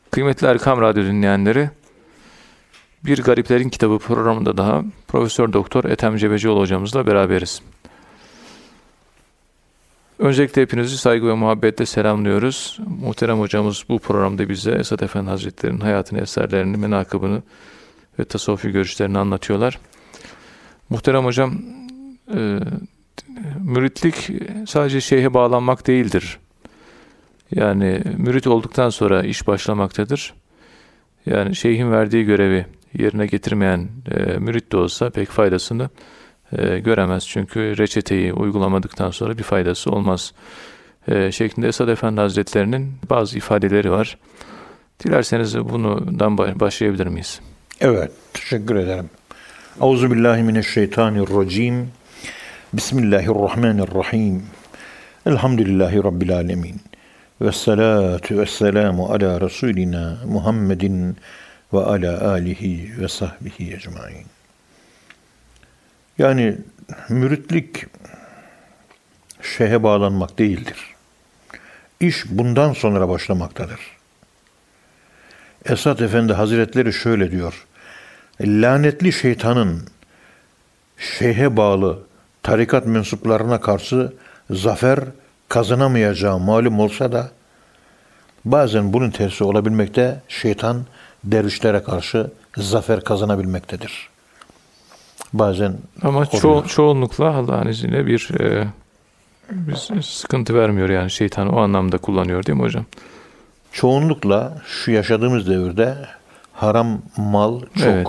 Kıymetli Erkam Radyo dinleyenleri, Bir Gariplerin Kitabı programında daha Profesör Doktor Ethem Cebecioğlu hocamızla beraberiz. Öncelikle hepinizi saygı ve muhabbetle selamlıyoruz. Muhterem hocamız bu programda bize Esad Efendi Hazretleri'nin hayatını, eserlerini, menakıbını ve tasavvufi görüşlerini anlatıyorlar. Muhterem hocam, müritlik sadece şeyhe bağlanmak değildir. Yani mürit olduktan sonra iş başlamaktadır. Yani şeyhin verdiği görevi yerine getirmeyen mürit de olsa pek faydasını göremez. Çünkü reçeteyi uygulamadıktan sonra bir faydası olmaz. Şeklinde Esad Efendi Hazretleri'nin bazı ifadeleri var. Dilerseniz bundan başlayabilir miyiz? Evet, teşekkür ederim. Euzubillahimineşşeytanirracim. Bismillahirrahmanirrahim. Elhamdülillahi Rabbil alemin. Vessalatu vesselamu ala Resulina Muhammedin ve ala alihi ve sahbihi ecmain. Yani müritlik şeyhe bağlanmak değildir. İş bundan sonra başlamaktadır. Esad Efendi Hazretleri şöyle diyor: lanetli şeytanın şeyhe bağlı tarikat mensuplarına karşı zafer kazanamayacağı malum olsa da bazen bunun tersi olabilmekte, şeytan dervişlere karşı zafer kazanabilmektedir. Bazen ama çoğunlukla Allah'ın izniyle bir sıkıntı vermiyor, yani şeytan o anlamda kullanıyor değil mi hocam? Çoğunlukla şu yaşadığımız devirde haram mal çok, evet,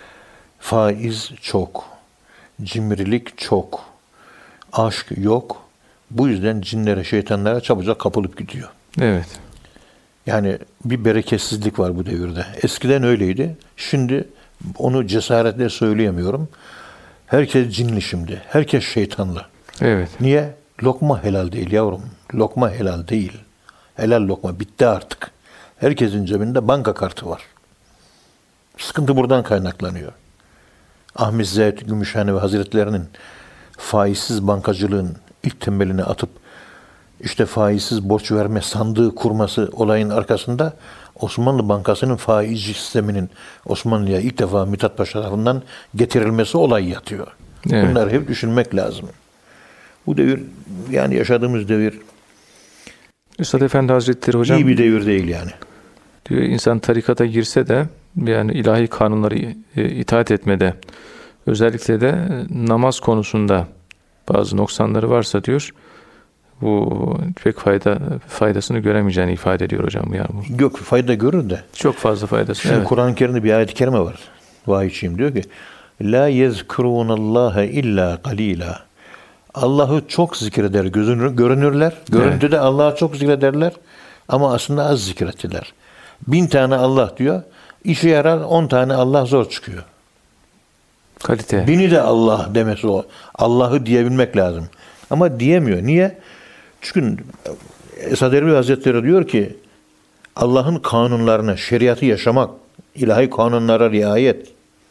faiz çok, cimrilik çok, aşk yok. Bu yüzden cinlere, şeytanlara çabucak kapılıp gidiyor. Evet. Yani bir bereketsizlik var bu devirde. Eskiden öyleydi. Şimdi onu cesaretle söyleyemiyorum. Herkes cinli şimdi. Herkes şeytanlı. Evet. Niye? Lokma helal değil yavrum. Lokma helal değil. Helal lokma bitti artık. Herkesin cebinde banka kartı var. Sıkıntı buradan kaynaklanıyor. Ahmet Zahid Gümüşhanevi Hazretlerinin faizsiz bankacılığın ilk temelini atıp işte faizsiz borç verme sandığı kurması olayın arkasında Osmanlı Bankası'nın faizci sisteminin Osmanlı'ya ilk defa Mithat Paşa tarafından getirilmesi olayı yatıyor. Evet. Bunları hep düşünmek lazım. Bu devir, yani yaşadığımız devir Esad Efendi Hazretleri hocam iyi bir devir değil yani. Diyor, insan tarikata girse de yani ilahi kanunları itaat etmede, özellikle de namaz konusunda bazı noksanları varsa diyor, bu pek faydasını göremeyeceğini ifade ediyor hocam. Yani bu. Yok, fayda görür de. Çok fazla faydası. Şimdi evet. Kur'an-ı Kerim'de bir ayet-i kerime var. Vahiyçiyim diyor ki: la yezkurunallaha illa qalila. Allah'ı çok zikreder, görünürler. Görüntüde evet, Allah'ı çok zikrederler ama aslında az zikrettiler. 1000 tane Allah diyor, işe yarar 10 tane Allah zor çıkıyor. Kalite. 1000'i de Allah demesi o. Allah'ı diyebilmek lazım. Ama diyemiyor. Niye? Çünkü Esad Erbil Hazretleri diyor ki Allah'ın kanunlarına, şeriatı yaşamak, ilahi kanunlara riayet,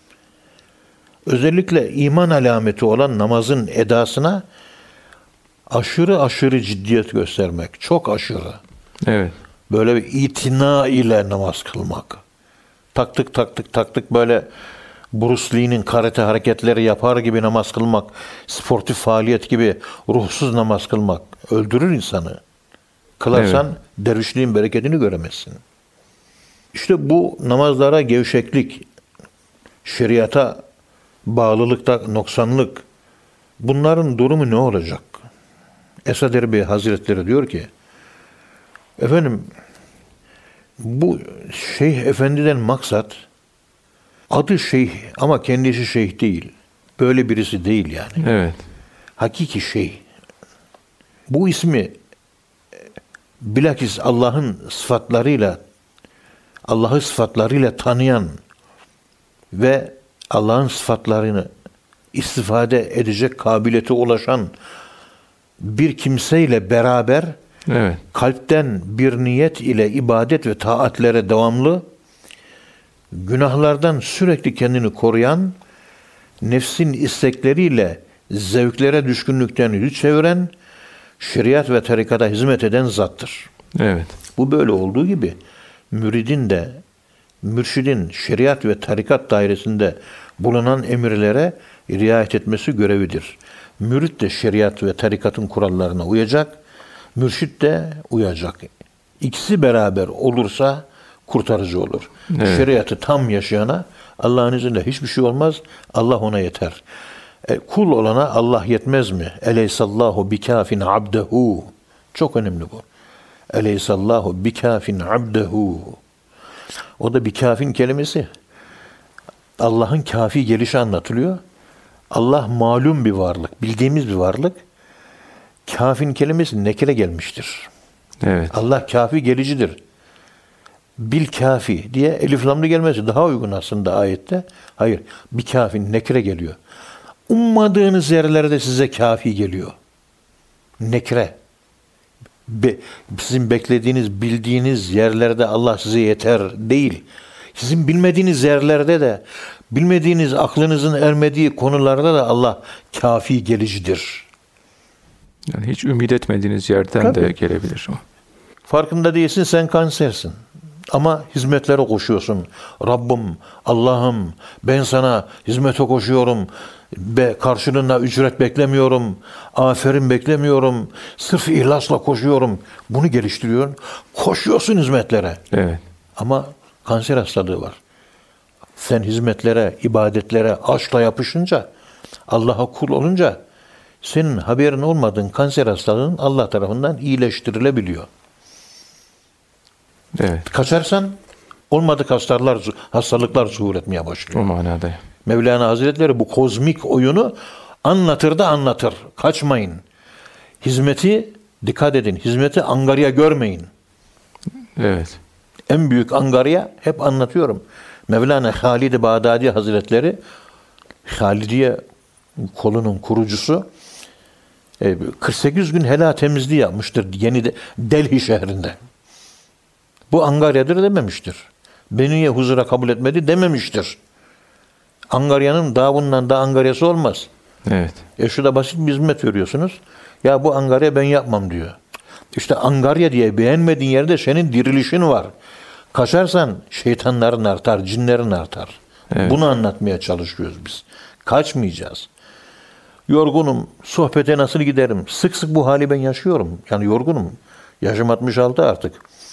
özellikle iman alameti olan namazın edasına aşırı ciddiyet göstermek. Çok aşırı. Evet. Böyle bir itina ile namaz kılmak. Taktık böyle Bruce Lee'nin karate hareketleri yapar gibi namaz kılmak, sportif faaliyet gibi ruhsuz namaz kılmak öldürür insanı. Kılarsan evet, dervişliğin bereketini göremezsin. İşte bu namazlara gevşeklik, şeriata bağlılıkta noksanlık, bunların durumu ne olacak? Esad Erbil Hazretleri diyor ki, efendim bu Şeyh Efendi'den maksat adı şeyh ama kendisi şeyh değil. Böyle birisi değil yani. Evet. Hakiki şeyh. Bu ismi bilakis Allah'ı sıfatlarıyla tanıyan ve Allah'ın sıfatlarını istifade edecek kabiliyete ulaşan bir kimseyle beraber evet, kalpten bir niyet ile ibadet ve taatlere devamlı, günahlardan sürekli kendini koruyan, nefsin istekleriyle zevklere düşkünlükten yüz çeviren, şeriat ve tarikata hizmet eden zattır. Evet. Bu böyle olduğu gibi müridin de mürşidin şeriat ve tarikat dairesinde bulunan emirlere riayet etmesi görevidir. Mürit de şeriat ve tarikatın kurallarına uyacak, mürşit de uyacak. İkisi beraber olursa kurtarıcı olur. Evet. Şeriatı tam yaşayana Allah'ın izniyle hiçbir şey olmaz. Allah ona yeter. Kul olana Allah yetmez mi? Eleysallahu bikafin abdehu. Çok önemli bu. Eleysallahu bikafin abdehu. O da bikafin kelimesi. Allah'ın kafi gelişi anlatılıyor. Allah malum bir varlık, bildiğimiz bir varlık. Kafin kelimesi nekire gelmiştir. Evet. Allah kafi gelicidir. Bil kafi diye elif lamlı gelmesi daha uygun aslında ayette. Hayır, bir kafin nekire geliyor. Ummadığınız yerlerde size kafi geliyor. Nekire. Sizin beklediğiniz, bildiğiniz yerlerde Allah size yeter değil. Sizin bilmediğiniz yerlerde de, bilmediğiniz aklınızın ermediği konularda da Allah kafi gelicidir. Yani hiç ümit etmediğiniz yerden de gelebilir o. Farkında değilsin, sen kansersin. Ama hizmetlere koşuyorsun. Rabbim, Allah'ım ben sana hizmete koşuyorum. Karşılığında ücret beklemiyorum. Aferin beklemiyorum. Sırf ihlasla koşuyorum. Bunu geliştiriyorsun. Koşuyorsun hizmetlere. Evet. Ama kanser hastalığı var. Sen hizmetlere, ibadetlere aşkla yapışınca, Allah'a kul olunca senin haberin olmadığın kanser hastalığın Allah tarafından iyileştirilebiliyor. Evet. Kaçarsan olmadık hastalıklar zuhur etmeye başlıyor. O manada. Mevlana Hazretleri bu kozmik oyunu anlatır da anlatır. Kaçmayın. Hizmeti, dikkat edin, hizmeti angarya görmeyin. Evet. En büyük angarya hep anlatıyorum. Mevlana Halid-i Bağdadi Hazretleri, Halidiye kolunun kurucusu, 48 gün helal temizliği yapmıştır yeni Delhi şehrinde. Bu angaryadır dememiştir. Beni niye huzura kabul etmedi dememiştir. Angaryanın daha bundan da angaryası olmaz. Evet. Şurada basit bir hizmet veriyorsunuz. Ya bu angarya ben yapmam diyor. İşte angarya diye beğenmediğin yerde senin dirilişin var. Kaçarsan şeytanların artar, cinlerin artar. Evet. Bunu anlatmaya çalışıyoruz biz. Kaçmayacağız. Yorgunum, sohbete nasıl giderim? Sık sık bu hali ben yaşıyorum. Yani yorgunum. Yaşım 66 artık.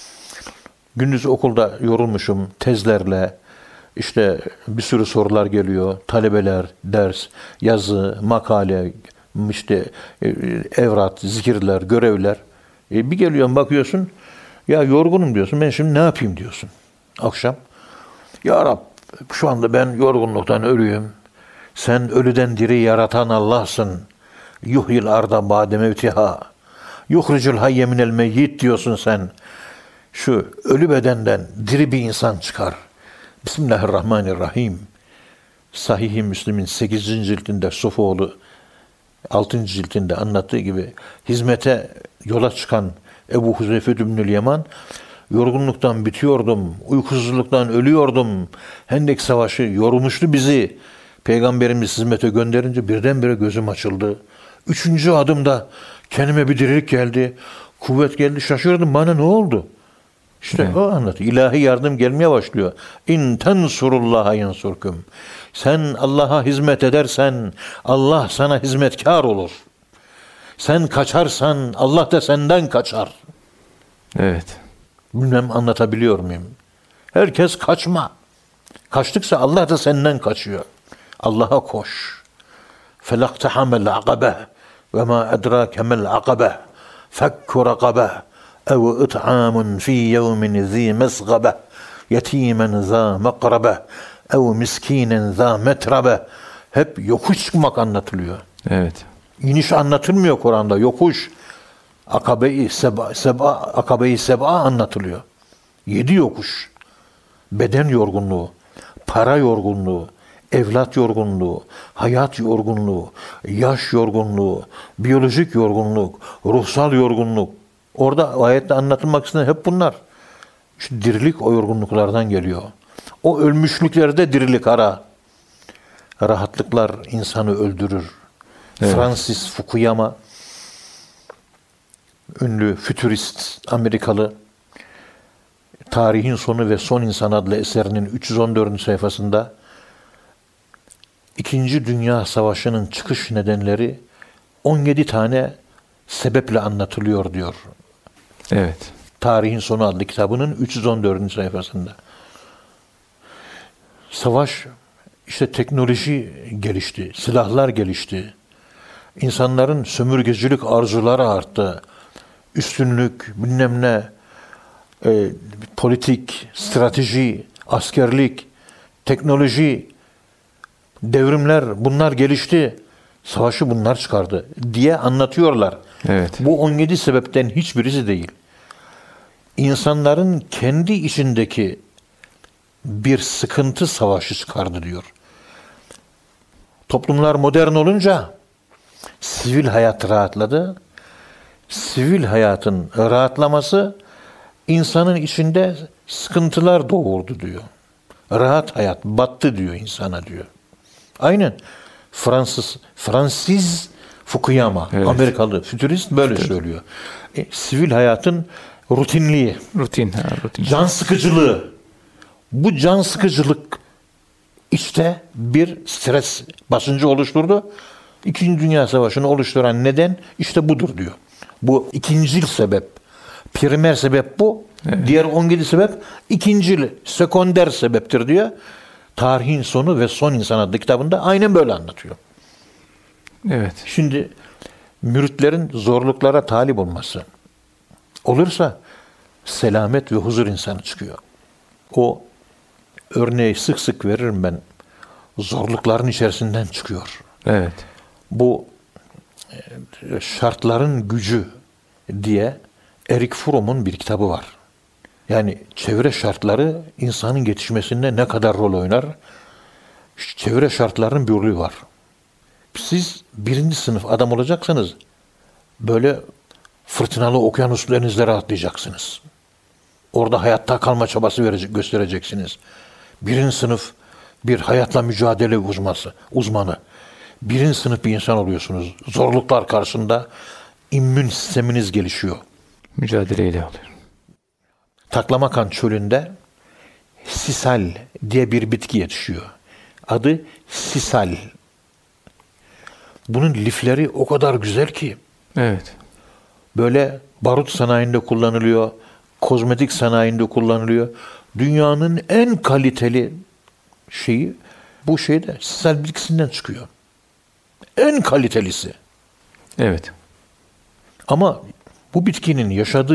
Gündüz okulda yorulmuşum tezlerle. İşte bir sürü sorular geliyor. Talebeler, ders, yazı, makale, işte evrat, zikirler, görevler. Bir geliyorsun bakıyorsun. Ya yorgunum diyorsun. Ben şimdi ne yapayım diyorsun. Akşam. Ya Rab şu anda ben yorgunluktan ölüyüm. Sen ölüden diri yaratan Allah'sın. Yuhyil arda ba'de mevtiha. Yuhricul hayye minel meyyit diyorsun sen. Şu ölü bedenden diri bir insan çıkar. Bismillahirrahmanirrahim. Sahih-i Müslim'in 8. cildinde Sofuoğlu 6. cildinde anlattığı gibi hizmete yola çıkan Ebu Huzeyfe İbnül Yaman, yorgunluktan bitiyordum, uykusuzluktan ölüyordum. Hendek Savaşı yormuştu bizi. Peygamberimiz hizmete gönderince birdenbire gözüm açıldı. 3. adımda kendime bir dirilik geldi. Kuvvet geldi, şaşırdım. Bana ne oldu? İşte o anlatıyor. İlahi yardım gelmeye başlıyor. İn tensurullaha yansurkum. Sen Allah'a hizmet edersen Allah sana hizmetkar olur. Sen kaçarsan Allah da senden kaçar. Evet. Bilmem anlatabiliyor muyum? Herkes kaçma. Kaçtıkça Allah da senden kaçıyor. Allah'a koş. Felaktahamel akabe ve ma edrake mel akabe fekku rakabe ev it'amun fi yevmin zi mesgabe yetimen za mekrabe ev miskinen za metrabe. Hep yokuş çıkmak anlatılıyor. Evet. İniş anlatılmıyor Kur'an'da. Yokuş. Akabe-i Seba anlatılıyor. 7 yokuş. Beden yorgunluğu, para yorgunluğu, evlat yorgunluğu, hayat yorgunluğu, yaş yorgunluğu, biyolojik yorgunluk, ruhsal yorgunluk. Orada ayette anlatılmak istenen hep bunlar. İşte dirilik o yorgunluklardan geliyor. O ölmüşlüklerde dirilik ara. Rahatlıklar insanı öldürür. Evet. Francis Fukuyama, ünlü fütürist Amerikalı, Tarihin Sonu ve Son İnsan adlı eserinin 314. sayfasında İkinci Dünya Savaşı'nın çıkış nedenleri 17 tane sebeple anlatılıyor diyor. Evet. Tarihin Sonu adlı kitabının 314. sayfasında. Savaş, işte teknoloji gelişti, silahlar gelişti. İnsanların sömürgecilik arzuları arttı. Üstünlük, bilmem ne, politik, strateji, askerlik, teknoloji, devrimler, bunlar gelişti. Savaşı bunlar çıkardı diye anlatıyorlar. Evet. Bu 17 sebepten hiçbirisi değil. İnsanların kendi içindeki bir sıkıntı savaşı çıkardı diyor. Toplumlar modern olunca sivil hayat rahatladı. Sivil hayatın rahatlaması insanın içinde sıkıntılar doğurdu diyor. Rahat hayat battı diyor insana diyor. Aynen. Francis Fukuyama, evet. Amerikalı fütürist böyle söylüyor. Sivil hayatın rutinliği, Rutin. can sıkıcılığı. Bu can sıkıcılık işte bir stres basıncı oluşturdu. İkinci Dünya Savaşı'nı oluşturan neden işte budur diyor. Bu ikincil sebep. Primer sebep bu. Evet. Diğer 17 sebep ikincil, sekonder sebeptir diyor. Tarihin Sonu ve Son İnsan adlı kitabında aynen böyle anlatıyor. Evet. Şimdi müritlerin zorluklara talip olması olursa selamet ve huzur insanı çıkıyor. O örneği sık sık veririm ben. Zorlukların içerisinden çıkıyor. Evet. Bu şartların gücü diye Erik Fromm'un bir kitabı var. Yani çevre şartları insanın yetişmesinde ne kadar rol oynar? Çevre şartlarının bir rolü var. Siz 1. sınıf adam olacaksanız böyle fırtınalı okyanus denizlere atlayacaksınız. Orada hayatta kalma çabası göstereceksiniz. 1. sınıf bir hayatla mücadele uzmanı. 1. sınıf bir insan oluyorsunuz. Zorluklar karşısında immün sisteminiz gelişiyor. Mücadeleyle oluyor. Taklamakan çölünde sisal diye bir bitki yetişiyor. Adı sisal. Bunun lifleri o kadar güzel ki. Evet. Böyle barut sanayinde kullanılıyor, kozmetik sanayinde kullanılıyor. Dünyanın en kaliteli şeyi bu şeyde sisal bitkisinden çıkıyor. En kalitelisi. Evet. Ama bu bitkinin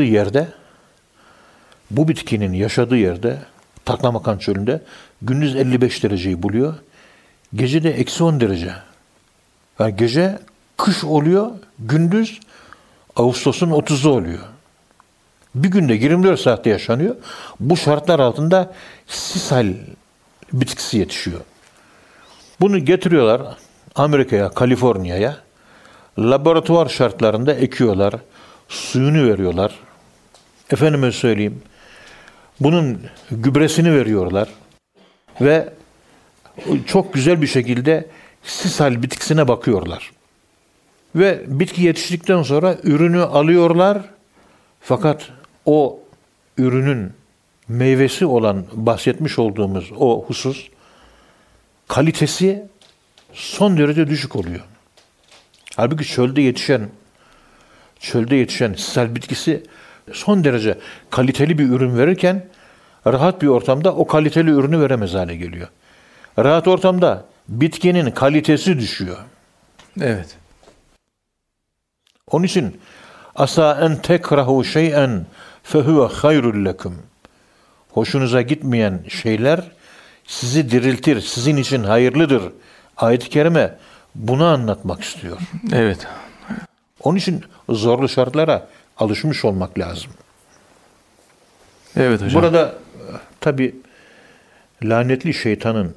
yaşadığı yerde Taklamakan çölünde gündüz 55 dereceyi buluyor. Gece de -10 derece. Yani gece kış oluyor, gündüz Ağustos'un 30'u oluyor. Bir günde 24 saatte yaşanıyor. Bu şartlar altında sisal bitkisi yetişiyor. Bunu getiriyorlar Amerika'ya, Kaliforniya'ya. Laboratuvar şartlarında ekiyorlar. Suyunu veriyorlar. Efendime söyleyeyim. Bunun gübresini veriyorlar. Ve çok güzel bir şekilde sisal bitkisine bakıyorlar. Ve bitki yetiştikten sonra ürünü alıyorlar. Fakat o ürünün meyvesi olan bahsetmiş olduğumuz o husus kalitesi son derece düşük oluyor. Halbuki çölde yetişen sisal bitkisi son derece kaliteli bir ürün verirken rahat bir ortamda o kaliteli ürünü veremez hale geliyor. Rahat ortamda bitkinin kalitesi düşüyor. Evet. Onun için asa en tekrahu şey'en fehuve hayrul lekum. Hoşunuza gitmeyen şeyler sizi diriltir, sizin için hayırlıdır. Ayet-i kerime bunu anlatmak istiyor. Evet. Onun için zorlu şartlara alışmış olmak lazım. Evet hocam. Burada tabi lanetli şeytanın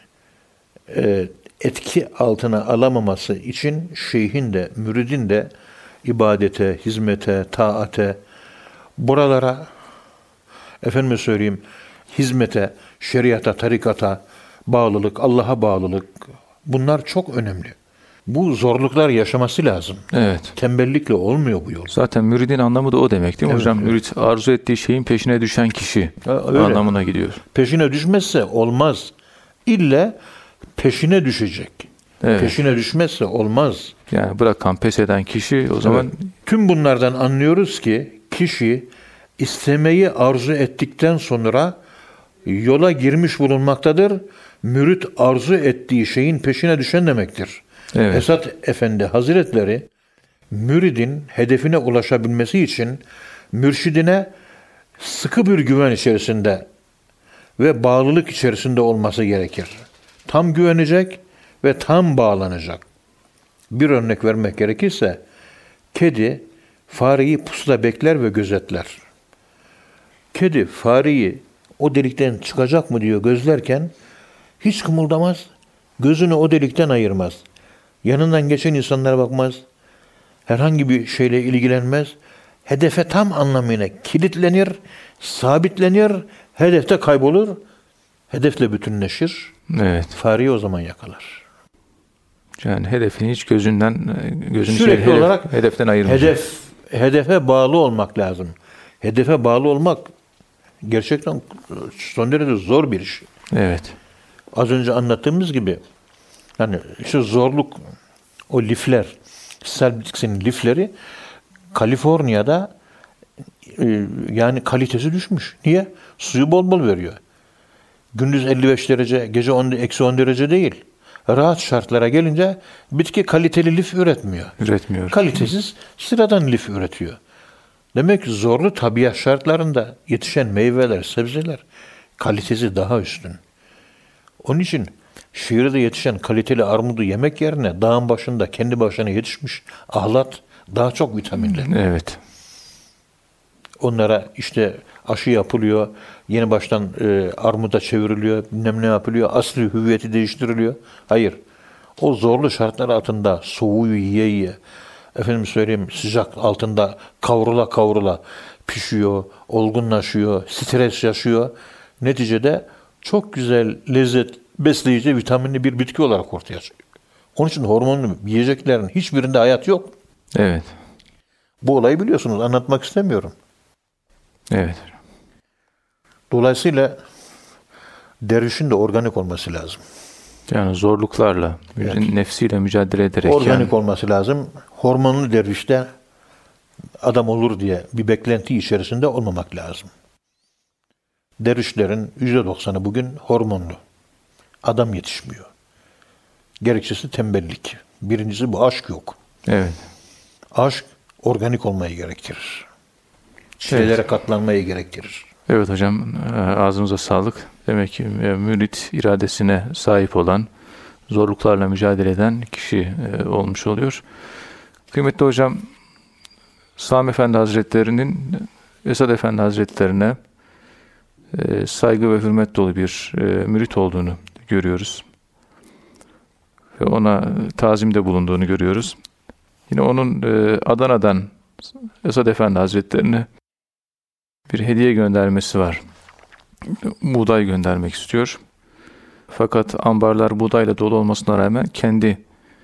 etki altına alamaması için şeyhin de, müridin de ibadete, hizmete, taate, buralara efendime söyleyeyim hizmete, şeriata, tarikata bağlılık, Allah'a bağlılık bunlar çok önemli. Bu zorluklar yaşaması lazım. Evet. Tembellikle olmuyor bu yol. Zaten müridin anlamı da o demek değil mi hocam? Evet. Mürit arzu ettiği şeyin peşine düşen kişi Öyle. anlamına gidiyor. Peşine düşmezse olmaz. İlle peşine düşecek. Evet. Peşine düşmezse olmaz. Yani bırakan, pes eden kişi o zaman Tüm bunlardan anlıyoruz ki kişi istemeyi arzu ettikten sonra yola girmiş bulunmaktadır. Mürit arzu ettiği şeyin peşine düşen demektir. Evet. Esad Efendi Hazretleri müridin hedefine ulaşabilmesi için mürşidine sıkı bir güven içerisinde ve bağlılık içerisinde olması gerekir. Tam güvenecek ve tam bağlanacak. Bir örnek vermek gerekirse, kedi fareyi pusuda bekler ve gözetler. Kedi fareyi o delikten çıkacak mı diyor gözlerken hiç kımıldamaz, gözünü o delikten ayırmaz. Yanından geçen insanlara bakmaz, herhangi bir şeyle ilgilenmez. Hedefe tam anlamıyla kilitlenir, sabitlenir, hedefte kaybolur, hedefle bütünleşir. evet. Fareyi o zaman yakalar. Yani hedefini hiç gözünü Sürekli olarak hedeften ayırmayacak. Hedefe bağlı olmak lazım. Hedefe bağlı olmak gerçekten son derece zor bir iş. Evet. Az önce anlattığımız gibi yani şu zorluk, o lifler, Celtics'in lifleri Kaliforniya'da yani kalitesi düşmüş. Niye? Suyu bol bol veriyor. Gündüz 55 derece, gece -10 derece değil. Rahat şartlara gelince bitki kaliteli lif üretmiyor. Üretmiyor. Kalitesiz sıradan lif üretiyor. Demek ki zorlu tabiat şartlarında yetişen meyveler, sebzeler kalitesi daha üstün. Onun için şehirde yetişen kaliteli armudu yemek yerine dağın başında kendi başına yetişmiş ahlat daha çok vitaminli. Evet. Onlara işte aşı yapılıyor, yeni baştan armuda çevriliyor, bilmem ne yapılıyor, asli hüviyeti değiştiriliyor. Hayır. O zorlu şartlar altında soğuğu yiye yiye, efendim söyleyeyim sıcak altında kavrula kavrula pişiyor, olgunlaşıyor, stres yaşıyor. Neticede çok güzel, lezzet, besleyici, vitaminli bir bitki olarak ortaya çıkıyor. Onun için hormonlu yiyeceklerin hiçbirinde hayat yok. Evet. Bu olayı biliyorsunuz, anlatmak istemiyorum. Evet. Dolayısıyla dervişin de organik olması lazım. Yani zorluklarla, nefsiyle mücadele ederek. Organik olması lazım. Hormonlu dervişte adam olur diye bir beklenti içerisinde olmamak lazım. Dervişlerin %90'ı bugün hormonlu. Adam yetişmiyor. Gerekçesi tembellik. Birincisi bu, aşk yok. Evet. Aşk organik olmayı gerektirir. Çilelere katlanmayı gerektirir. Evet hocam, ağzınıza sağlık. Demek ki mürit iradesine sahip olan, zorluklarla mücadele eden kişi olmuş oluyor. Kıymetli hocam, Sami Efendi Hazretleri'nin Esad Efendi Hazretlerine saygı ve hürmet dolu bir mürit olduğunu görüyoruz. Ve ona tazimde bulunduğunu görüyoruz. Yine onun Adana'dan Esad Efendi Hazretlerine bir hediye göndermesi var. Buğday göndermek istiyor. Fakat ambarlar buğdayla dolu olmasına rağmen kendi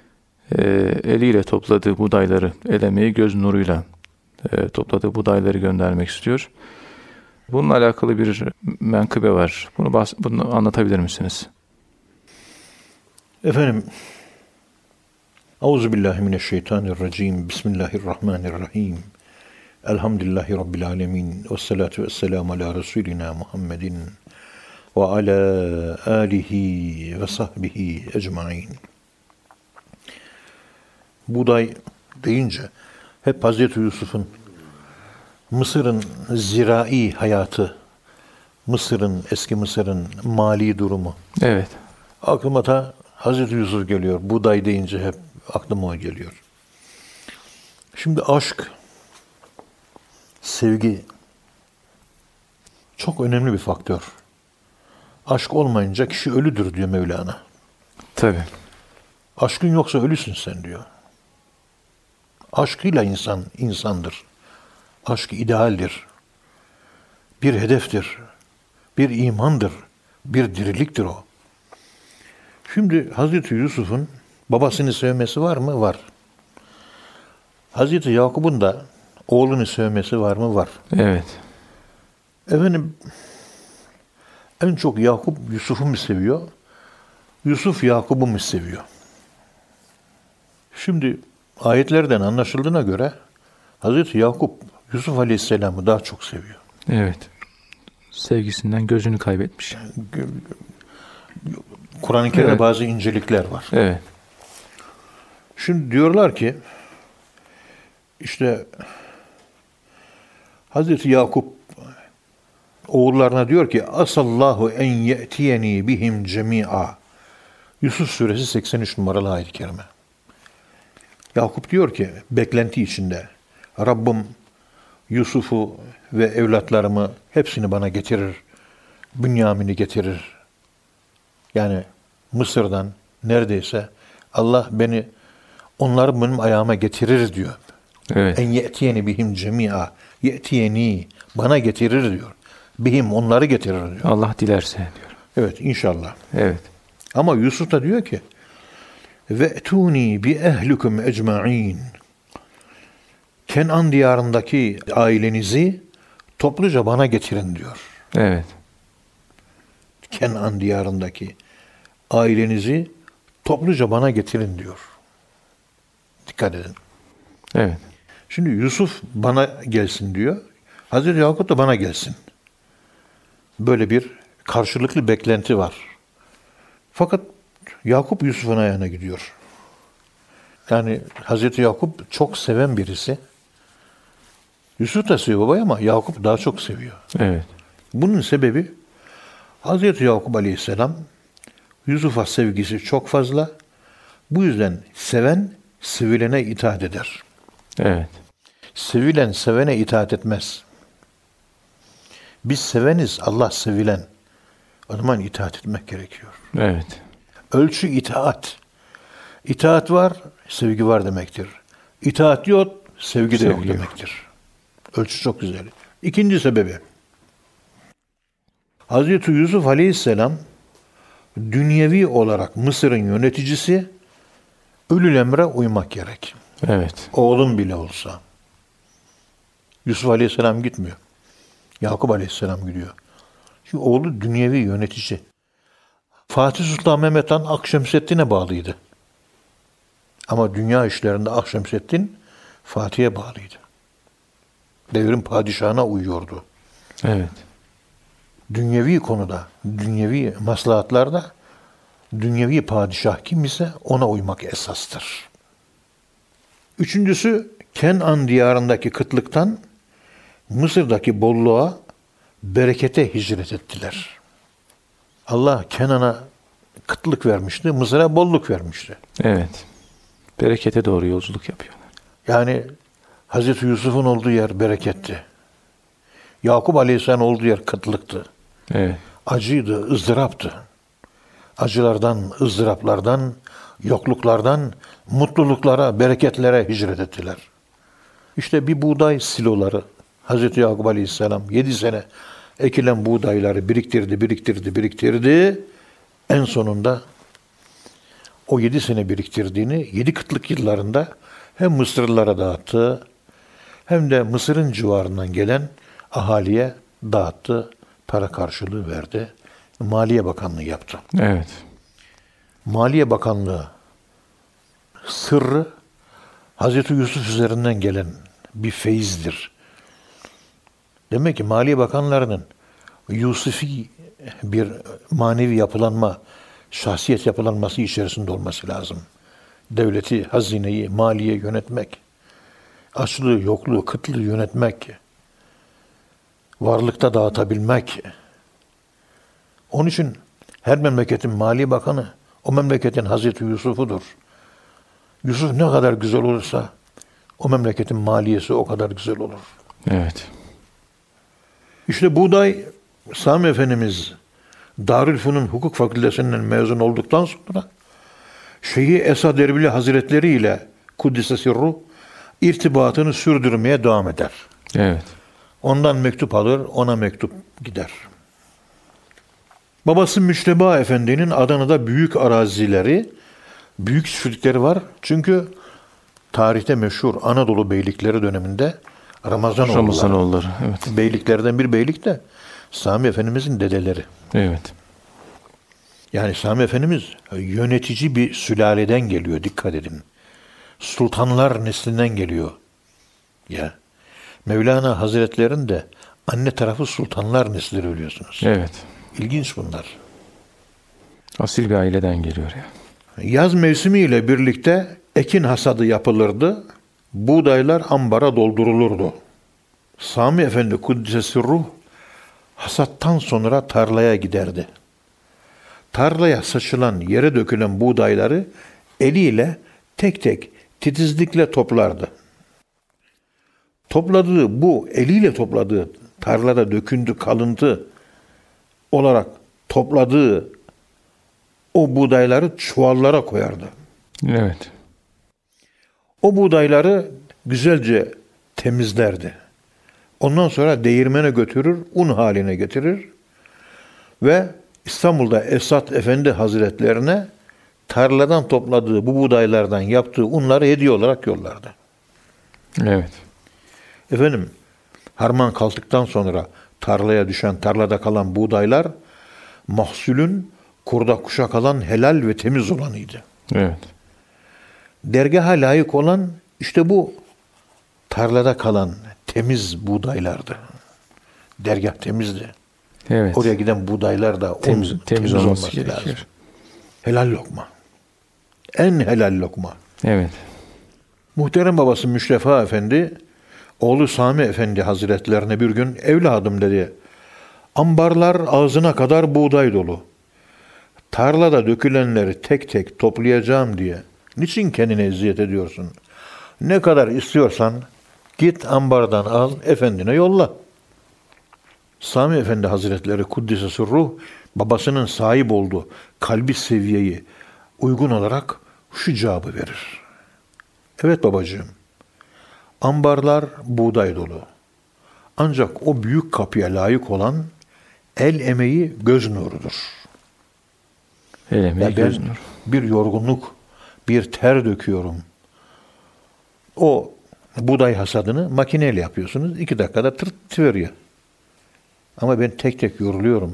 eliyle topladığı buğdayları elemeyi göz nuruyla topladığı buğdayları göndermek istiyor. Bununla alakalı bir menkıbe var. Bunu anlatabilir misiniz? Efendim, Euzubillahimineşşeytanirracim. Bismillahirrahmanirrahim. Elhamdülillahi Rabbil alemin. Vessalatu vesselamu ala Resulina Muhammedin ve ala alihi ve sahbihi ecmain. Buğday deyince hep Hazreti Yusuf'un, Mısır'ın zirai hayatı, eski Mısır'ın mali durumu. Evet. Aklıma da Hazreti Yusuf geliyor. Buğday deyince hep aklıma o geliyor. Şimdi aşk, sevgi çok önemli bir faktör. Aşk olmayınca kişi ölüdür diyor Mevlana. Tabii. Aşkın yoksa ölüsün sen diyor. Aşkıyla insan insandır. Aşk idealdir. Bir hedeftir. Bir imandır. Bir diriliktir o. Şimdi Hazreti Yusuf'un Babasını sevmesi var mı? Var. Hazreti Yakup'un da oğlunu sevmesi var mı? Var. Evet. Efendim, en çok Yakup Yusuf'u mu seviyor? Yusuf Yakup'u mu seviyor? Şimdi ayetlerden anlaşıldığına göre Hazreti Yakup Yusuf Aleyhisselam'ı daha çok seviyor. Evet. Sevgisinden gözünü kaybetmiş. Kur'an-ı Kerim'de Evet. bazı incelikler var. Evet. Şimdi diyorlar ki işte Hazreti Yakup oğullarına diyor ki asallahu en ye'tiyeni bihim cemi'a. Yusuf suresi 83 numaralı ayet-i kerime. Yakup diyor ki beklenti içinde Rabbim Yusuf'u ve evlatlarımı hepsini bana getirir. Bünyamin'i getirir. Yani Mısır'dan neredeyse Allah beni onları benim ayağıma getirir diyor. Evet. En ye'tiyeni bihim cemi'a. Ye'tiyeni bana getirir diyor. Bihim onları getirir diyor. Allah dilerse diyor. Evet inşallah. Evet. Ama Yusuf da diyor ki ve'tuni bi ehlikum ecma'in. Kenan diyarındaki ailenizi topluca bana getirin diyor. Evet. Kenan diyarındaki ailenizi topluca bana getirin diyor. Dikkat edin. Evet. Şimdi Yusuf bana gelsin diyor. Hazreti Yakup da bana gelsin. Böyle bir karşılıklı beklenti var. Fakat Yakup Yusuf'un ayağına gidiyor. Yani Hazreti Yakup çok seven birisi. Yusuf da seviyor babayı ama Yakup daha çok seviyor. Evet. Bunun sebebi Hazreti Yakup Aleyhisselam Yusuf'a sevgisi çok fazla. Bu yüzden seven sevilene itaat eder. Evet. Sevilen sevene itaat etmez. Biz seveniz, Allah sevilen. O zaman itaat etmek gerekiyor. Evet. Ölçü itaat. İtaat var, sevgi var demektir. İtaat yok, sevgi de yok Sevgi yok. demektir. Ölçü çok güzel. İkinci sebebi. Hazreti Yusuf Aleyhisselam dünyevi olarak Mısır'ın yöneticisi, ölül emre uymak gerek. Evet. Oğlum bile olsa. Yusuf Aleyhisselam gitmiyor. Yakup Aleyhisselam gidiyor. Çünkü oğlu dünyevi yönetici. Fatih Sultan Mehmet Han Akşemseddin'e bağlıydı. Ama dünya işlerinde Akşemseddin Fatih'e bağlıydı. Devrin padişahına uyuyordu. Evet. Dünyevi konuda, dünyevi maslahatlarda dünyevi padişah kim ise ona uymak esastır. Üçüncüsü Kenan diyarındaki kıtlıktan Mısır'daki bolluğa, berekete hicret ettiler. Allah Kenan'a kıtlık vermişti, Mısır'a bolluk vermişti. Evet. Berekete doğru yolculuk yapıyorlar. Yani Hazreti Yusuf'un olduğu yer bereketti. Yakup Aleyhisselam olduğu yer kıtlıktı. Evet. Acıydı, ızdıraptı. Acılardan, ızdıraplardan, yokluklardan, mutluluklara, bereketlere hicret ettiler. İşte bir buğday siloları Hazreti Yakup Aleyhisselam 7 sene ekilen buğdayları biriktirdi. En sonunda o 7 sene biriktirdiğini 7 kıtlık yıllarında hem Mısırlılara dağıttı hem de Mısır'ın civarından gelen ahaliye dağıttı. Para karşılığı verdi. Maliye Bakanlığı yaptı. Evet. Maliye Bakanlığı sırrı Hazreti Yusuf üzerinden gelen bir feyizdir. Demek ki Maliye Bakanlarının Yusufi bir manevi yapılanma, şahsiyet yapılanması içerisinde olması lazım. Devleti, hazineyi, maliye yönetmek, açlığı, yokluğu, kıtlığı yönetmek, varlıkta dağıtabilmek. Onun için her memleketin Maliye Bakanı o memleketin Hazreti Yusuf'udur. Yusuf ne kadar güzel olursa o memleketin maliyesi o kadar güzel olur. Evet. İşte buğday Sami Efendimiz Darülfünun Hukuk Fakültesinden mezun olduktan sonra Şeyh Esad Erbili Hazretleri ile Kuddise Sirruh irtibatını sürdürmeye devam eder. Evet. Ondan mektup alır, ona mektup gider. Babası Müşteba Efendi'nin Adana'da büyük arazileri Büyük çiftlikleri var. Çünkü tarihte meşhur Anadolu beylikleri döneminde Ramazanoğulları. Ramazanoğulları, evet. Beyliklerden bir beylik de Sami Efendimizin dedeleri. Evet. Yani Sami Efendimiz yönetici bir sülaleden geliyor. Dikkat edin. Sultanlar neslinden geliyor. Ya. Mevlana Hazretleri'nin de anne tarafı sultanlar nesli biliyorsunuz. Evet. İlginç bunlar. Asil bir aileden geliyor ya. Yaz mevsimiyle birlikte ekin hasadı yapılırdı. Buğdaylar ambara doldurulurdu. Sami Efendi Kuddisesi Ruh hasattan sonra tarlaya giderdi. Tarlaya saçılan, yere dökülen buğdayları eliyle tek tek titizlikle toplardı. Eliyle topladığı, tarlada dökündü kalıntı olarak topladığı o buğdayları çuvallara koyardı. Evet. O buğdayları güzelce temizlerdi. Ondan sonra değirmene götürür, un haline getirir ve İstanbul'da Esat Efendi Hazretlerine tarladan topladığı bu buğdaylardan yaptığı unları hediye olarak yollardı. Evet. Efendim, harman kalktıktan sonra tarlaya düşen, tarlada kalan buğdaylar mahsulün kurda kuşa kalan helal ve temiz olanıydı. Evet. Dergaha layık olan işte bu tarlada kalan temiz buğdaylardı. Dergah temizdi. Evet. Oraya giden buğdaylar da temiz olması gerekiyor. lazım. Helal lokma. En helal lokma. Evet. Muhterem babası Müştefa Efendi, oğlu Sami Efendi Hazretlerine bir gün evladım dedi. Ambarlar ağzına kadar buğday dolu. Tarlada dökülenleri tek tek toplayacağım diye. Niçin kendine eziyet ediyorsun? Ne kadar istiyorsan git ambardan al, efendine yolla. Sami Efendi Hazretleri Kuddisesi Ruh, babasının sahip olduğu kalbi seviyeyi uygun olarak şu cevabı verir. Evet babacığım, ambarlar buğday dolu. Ancak o büyük kapıya layık olan el emeği göz nurudur. El emeği göz nuru. Bir yorgunluk, bir ter döküyorum. O buğday hasadını makineyle yapıyorsunuz. 2 dakikada tırt veriyor. Ama ben tek tek yoruluyorum.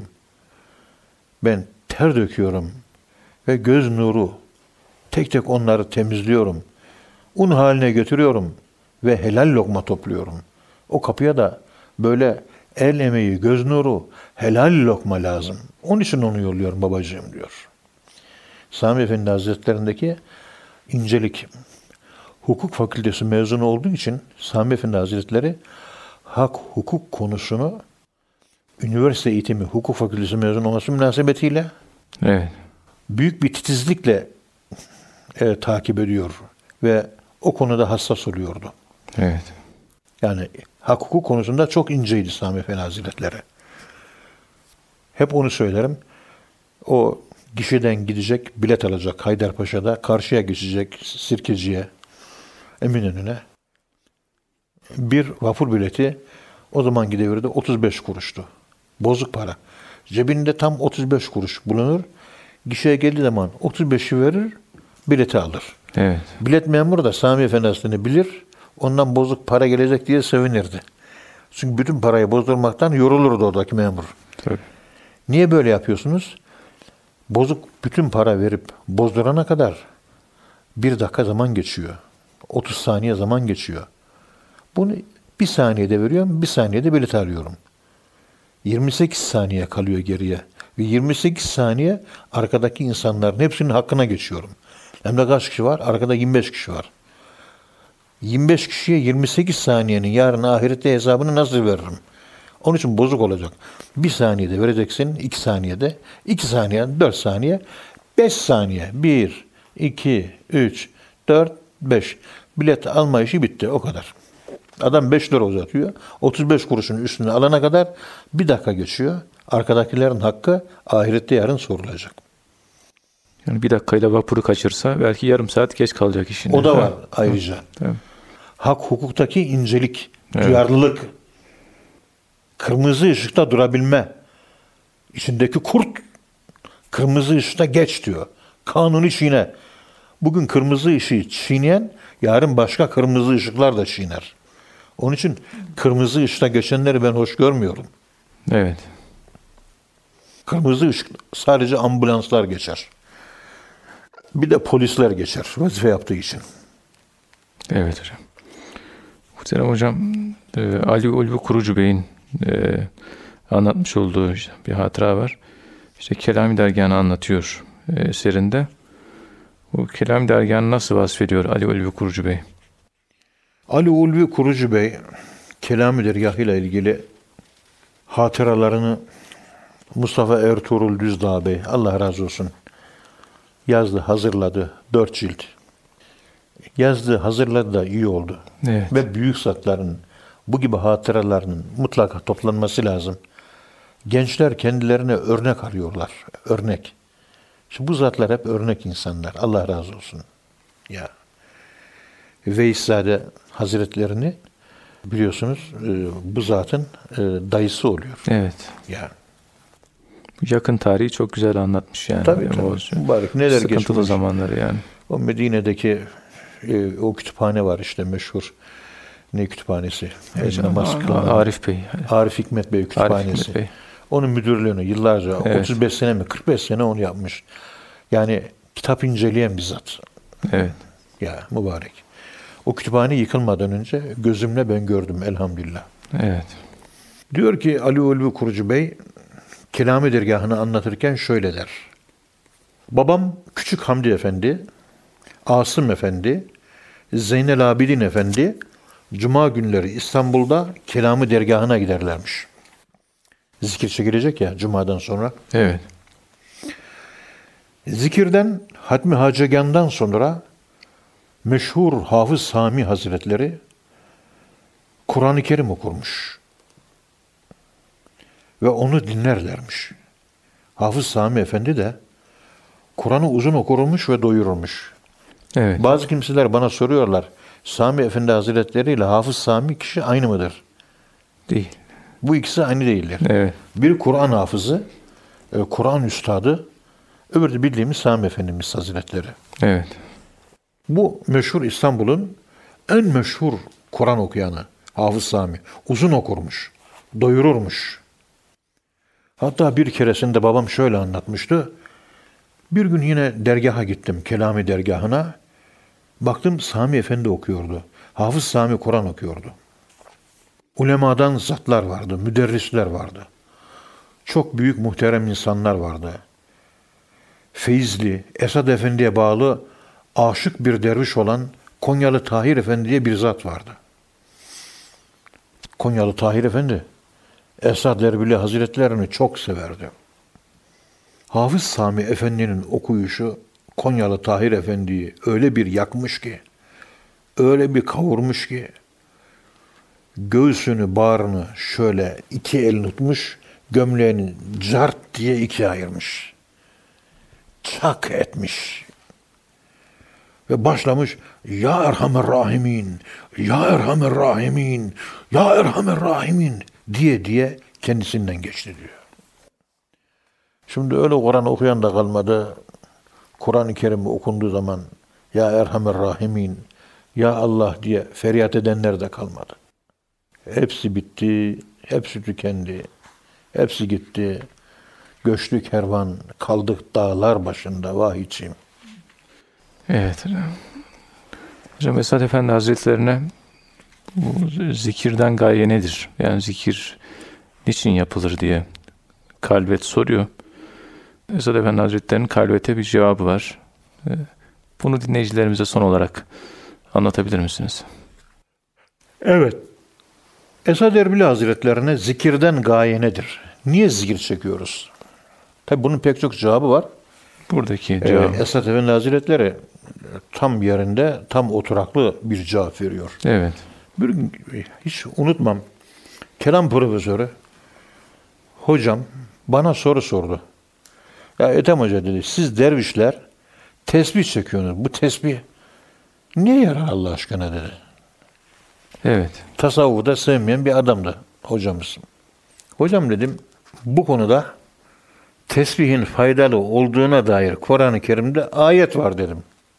Ben ter döküyorum. Ve göz nuru. Tek tek onları temizliyorum. Un haline götürüyorum. Ve helal lokma topluyorum. O kapıya da böyle el emeği, göz nuru, helal lokma lazım. Onun için onu yolluyorum babacığım diyor. Sami Efendi Hazretlerindeki incelik. Hukuk fakültesi mezunu olduğu için Sami Efendi Hazretleri hak, hukuk konusunu üniversite eğitimi, hukuk fakültesi mezunu olması münasebetiyle evet, büyük bir titizlikle takip ediyor ve o konuda hassas oluyordu. Evet. Yani hak, hukuk konusunda çok inceydi Sami Efendi Hazretleri. Hep onu söylerim. O gişeden gidecek, bilet alacak Haydarpaşa'da, karşıya geçecek Sirkeci'ye, Eminönü'ne. Bir vapur bileti o zaman gidevirdi 35 kuruştu. Bozuk para. Cebinde tam 35 kuruş bulunur. Gişeye geldiği zaman 35'i verir, bileti alır. Evet. Bilet memuru da Sami Efendi Hazretleri'ni bilir. Ondan bozuk para gelecek diye sevinirdi. Çünkü bütün parayı bozdurmaktan yorulurdu oradaki memur. Tabii. Niye böyle yapıyorsunuz? Bozuk bütün para verip bozdurana kadar 1 dakika zaman geçiyor. 30 saniye zaman geçiyor. Bunu 1 saniyede veriyorum, 1 saniyede bilet alıyorum. 28 saniye kalıyor geriye. Ve 28 saniye arkadaki insanların hepsinin hakkına geçiyorum. Hem de kaç kişi var? Arkada 25 kişi var. 25 kişiye 28 saniyenin yarın ahirette hesabını nasıl veririm? Onun için bozuk olacak. 1 saniyede vereceksin, 2 saniyede, 2 saniye, 4 saniye, 5 saniye. 1, 2, 3, 4, 5. Bilet alma işi bitti. O kadar. Adam 5 lira uzatıyor. 35 kuruşun üstüne alana kadar 1 dakika geçiyor. Arkadakilerin hakkı ahirette yarın sorulacak. Yani 1 dakikayla vapuru kaçırsa belki yarım saat geç kalacak işinde. O da var ayrıca. Tabii. Hak hukuktaki incelik, duyarlılık, kırmızı ışıkta durabilme. İçindeki kurt kırmızı ışıkta geç diyor. Kanuni çiğne. Bugün kırmızı ışığı çiğneyen yarın başka kırmızı ışıklar da çiğner. Onun için kırmızı ışıkta geçenleri ben hoş görmüyorum. Evet. Kırmızı ışık sadece ambulanslar geçer. Bir de polisler geçer vazife yaptığı için. Evet hocam. Muhterem hocam, Ali Ulvi Kurucu Bey'in anlatmış olduğu bir hatıra var. İşte Kelami Dergahı'nı anlatıyor eserinde. Bu Kelami Dergahı'nı nasıl vasfediyor Ali Ulvi Kurucu Bey? Ali Ulvi Kurucu Bey, Kelami Dergahı ile ilgili hatıralarını Mustafa Ertuğrul Düzdağ Bey, Allah razı olsun, yazdı, hazırladı. 4 cilt. Yazdı, hazırladı da iyi oldu. Evet. Ve büyük zatların, bu gibi hatıralarının mutlaka toplanması lazım. Gençler kendilerine örnek arıyorlar. Örnek. Şimdi bu zatlar hep örnek insanlar. Allah razı olsun. Ya. Veyszade Hazretlerini biliyorsunuz bu zatın dayısı oluyor. Evet. Ya. Yakın tarihi çok güzel anlatmış yani. Tabii. Mübarek neler sıkıntılı geçmiş. zamanları yani. O Medine'deki o kütüphane var işte meşhur. Ne kütüphanesi? Namaz kılan. Arif Bey. Arif Hikmet Bey kütüphanesi. Arif Hikmet Bey. Onun müdürlüğünü yıllarca, Evet. 35 sene mi 45 sene onu yapmış. Yani kitap inceleyen bir zat. Evet. Ya mübarek. O kütüphane yıkılmadan önce gözümle ben gördüm elhamdülillah. Evet. Diyor ki Ali Ulvi Kurucu Bey, Kelami Dergahı'nı anlatırken şöyle der. Babam Küçük Hamdi Efendi, Asım Efendi, Zeynel Abidin Efendi, Cuma günleri İstanbul'da Kelami Dergahı'na giderlermiş. Zikir çekilecek ya Cuma'dan sonra. Evet. Zikirden, Hatmi Hacegan'dan sonra meşhur Hafız Sami Hazretleri Kur'an-ı Kerim okurmuş. Ve onu dinlerlermiş. Hafız Sami Efendi de Kur'an'ı uzun okurmuş ve doyururmuş. Evet. Bazı kimseler bana soruyorlar, Sami Efendi Hazretleri ile Hafız Sami kişi aynı mıdır? Değil. Bu ikisi aynı değiller. Evet. Bir Kur'an hafızı, Kur'an üstadı, öbürü de bildiğimiz Sami Efendimiz Hazretleri. Evet. Bu meşhur İstanbul'un en meşhur Kur'an okuyanı Hafız Sami. Uzun okurmuş, doyururmuş. Hatta bir keresinde babam şöyle anlatmıştı. Bir gün yine dergaha gittim, Kelami dergahına. Baktım Sami Efendi okuyordu. Hafız Sami Kur'an okuyordu. Ulemadan zatlar vardı, müderrisler vardı. Çok büyük muhterem insanlar vardı. Feyzli, Esad Efendi'ye bağlı aşık bir derviş olan Konyalı Tahir Efendi diye bir zat vardı. Konyalı Tahir Efendi, Esad Erbili Hazretlerini çok severdi. Hafız Sami Efendi'nin okuyuşu Konyalı Tahir Efendi'yi öyle bir yakmış ki, öyle bir kavurmuş ki, göğsünü, bağrını şöyle iki el tutmuş, gömleğini cart diye ikiye ayırmış. Çak etmiş. Ve başlamış, Ya Erhamer Rahimin, Ya Erhamer Rahimin, Ya Erhamer Rahimin diye kendisinden geçti diyor. Şimdi öyle Kur'an okuyan da kalmadı. Kur'an-ı Kerim okunduğu zaman Ya Erhamer Rahimin, Ya Allah diye feryat edenler de kalmadı. Hepsi bitti, hepsi tükendi, hepsi gitti. Göçtü kervan, kaldık dağlar başında vah içim. Evet. Hocam Esad Efendi Hazretlerine bu zikirden gaye nedir? Yani zikir niçin yapılır diye Kalbet soruyor. Esad Efendi Hazretleri'nin Kalbet'e bir cevabı var. Bunu dinleyicilerimize son olarak anlatabilir misiniz? Evet. Esad Erbili Hazretlerine zikirden gaye nedir? Niye zikir çekiyoruz? Tabi bunun pek çok cevabı var. Buradaki cevabı. Esad Efendi Hazretleri tam yerinde, tam oturaklı bir cevap veriyor. Evet. Bir gün hiç unutmam. Kelam profesörü hocam bana soru sordu. Ya Ethem Hoca dedi, siz dervişler tesbih çekiyorsunuz. Bu tesbih niye yarar Allah aşkına dedi. Evet. Tasavvufu da sevmeyen bir adamdı hocamız. Hocam dedim, bu konuda tesbihin faydalı olduğuna dair Kur'an-ı Kerim'de ayet var dedim.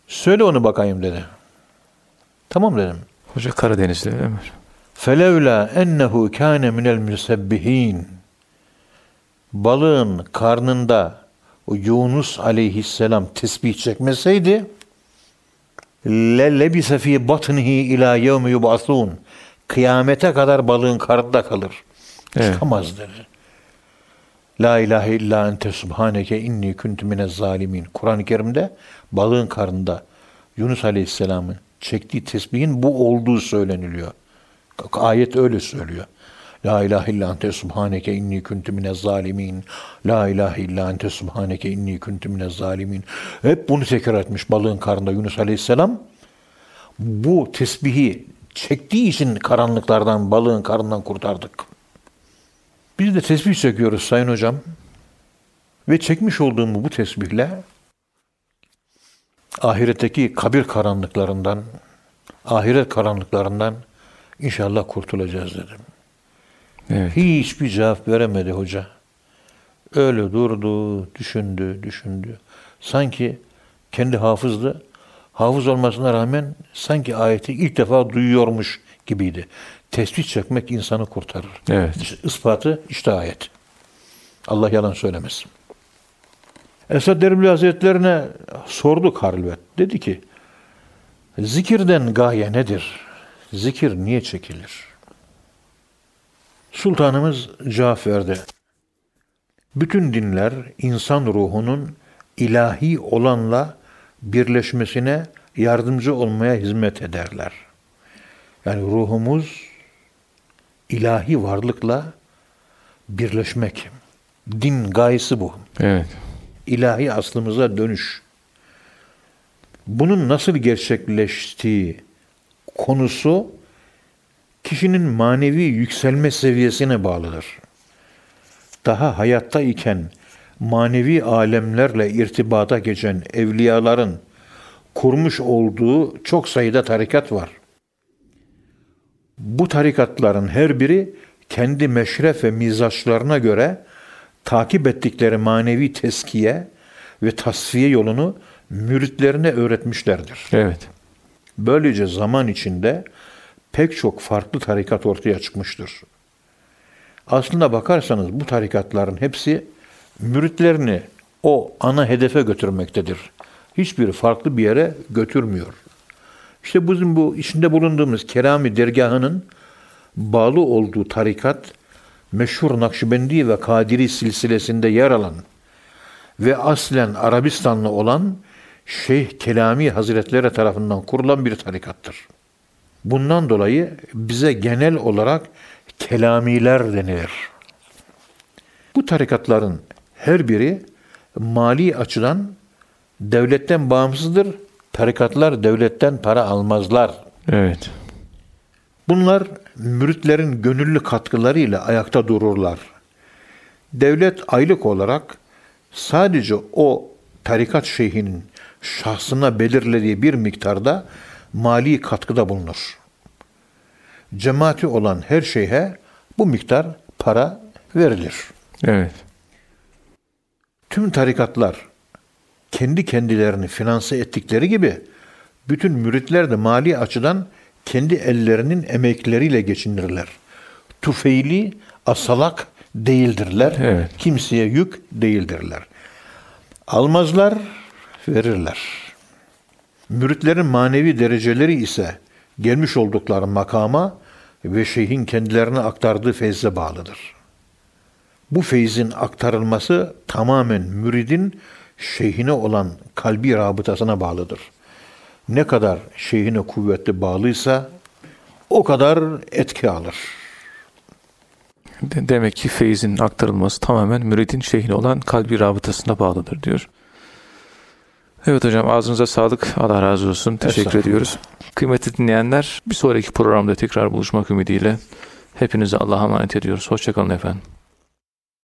Söyle onu bakayım dedi. Tamam dedim. Hoca Karadenizli değil mi? فَلَوْلَا اَنَّهُ كَانَ مِنَ الْمُسَبِّح۪ينَ Balığın karnında o Yunus aleyhisselam tesbih çekmeseydi لَلَّبِسَ ف۪ي بَطْنِهِ اِلٰى يَوْمِ يُبْعَثُونَ Kıyamete kadar balığın karnında kalır. Evet. Çıkamaz dedi. La ilahe illa ente subhaneke inni kuntu minez zalimin. Kur'an-ı Kerim'de balığın karnında Yunus Aleyhisselam'ın çektiği tesbihin bu olduğu söyleniliyor. Ayet öyle söylüyor. La ilahe illa ente subhaneke inni kuntu minez zalimin. La ilahe illa ente subhaneke inni kuntu minez zalimin. Hep bunu tekrar etmiş balığın karnında Yunus Aleyhisselam. Bu tesbihi çektiği için karanlıklardan, balığın karnından kurtardık. Biz de tesbih çekiyoruz Sayın Hocam. Ve çekmiş olduğum bu tesbihle ahiretteki kabir karanlıklarından, ahiret karanlıklarından inşallah kurtulacağız dedim. Evet. Hiçbir cevap veremedi hoca. Öyle durdu, düşündü. Sanki kendi hafızdı. Hafız olmasına rağmen sanki ayeti ilk defa duyuyormuş gibiydi. Tesbih çekmek insanı kurtarır. Evet. İspatı işte ayet. Allah yalan söylemesin. Esad Erbil Hazretlerine sorduk halvet. Dedi ki, zikirden gaye nedir? Zikir niye çekilir? Sultanımız cevap verdi. Bütün dinler insan ruhunun ilahi olanla birleşmesine yardımcı olmaya hizmet ederler. Yani ruhumuz ilahi varlıkla birleşmek. Din gayesi bu. Evet. İlahi aslımıza dönüş. Bunun nasıl gerçekleştiği konusu kişinin manevi yükselme seviyesine bağlıdır. Daha hayatta iken manevi alemlerle irtibata geçen evliyaların kurmuş olduğu çok sayıda tarikat var. Bu tarikatların her biri kendi meşref ve mizaçlarına göre takip ettikleri manevi teskiye ve tasfiye yolunu müritlerine öğretmişlerdir. Evet. Böylece zaman içinde pek çok farklı tarikat ortaya çıkmıştır. Aslında bakarsanız bu tarikatların hepsi müritlerini o ana hedefe götürmektedir. Hiçbiri farklı bir yere götürmüyor. İşte bizim bu içinde bulunduğumuz Kerami dergahının bağlı olduğu tarikat, meşhur Nakşibendi ve Kadiri silsilesinde yer alan ve aslen Arabistanlı olan Şeyh Kelami Hazretleri tarafından kurulan bir tarikattır. Bundan dolayı bize genel olarak Kelamiler denilir. Bu tarikatların her biri mali açıdan devletten bağımsızdır. Tarikatlar devletten para almazlar. Evet. Bunlar müritlerin gönüllü katkılarıyla ayakta dururlar. Devlet aylık olarak sadece o tarikat şeyhinin şahsına belirlediği bir miktarda mali katkıda bulunur. Cemaati olan her şeyhe bu miktar para verilir. Evet. Tüm tarikatlar kendi kendilerini finanse ettikleri gibi bütün müritler de mali açıdan kendi ellerinin emekleriyle geçinirler. Tufeyli, asalak değildirler. Evet. Kimseye yük değildirler. Almazlar, verirler. Müritlerin manevi dereceleri ise gelmiş oldukları makama ve şeyhin kendilerine aktardığı feyze bağlıdır. Bu feyzin aktarılması tamamen müridin şeyhine olan kalbi rabıtasına bağlıdır. Ne kadar şeyhine kuvvetli bağlıysa o kadar etki alır. Demek ki feyzin aktarılması tamamen müridin şeyhine olan kalbi rabıtasına bağlıdır diyor. Evet hocam, ağzınıza sağlık. Allah razı olsun. Teşekkür ediyoruz. Kıymetli dinleyenler, bir sonraki programda tekrar buluşmak ümidiyle hepinize Allah'a emanet ediyoruz. Hoşça kalın efendim.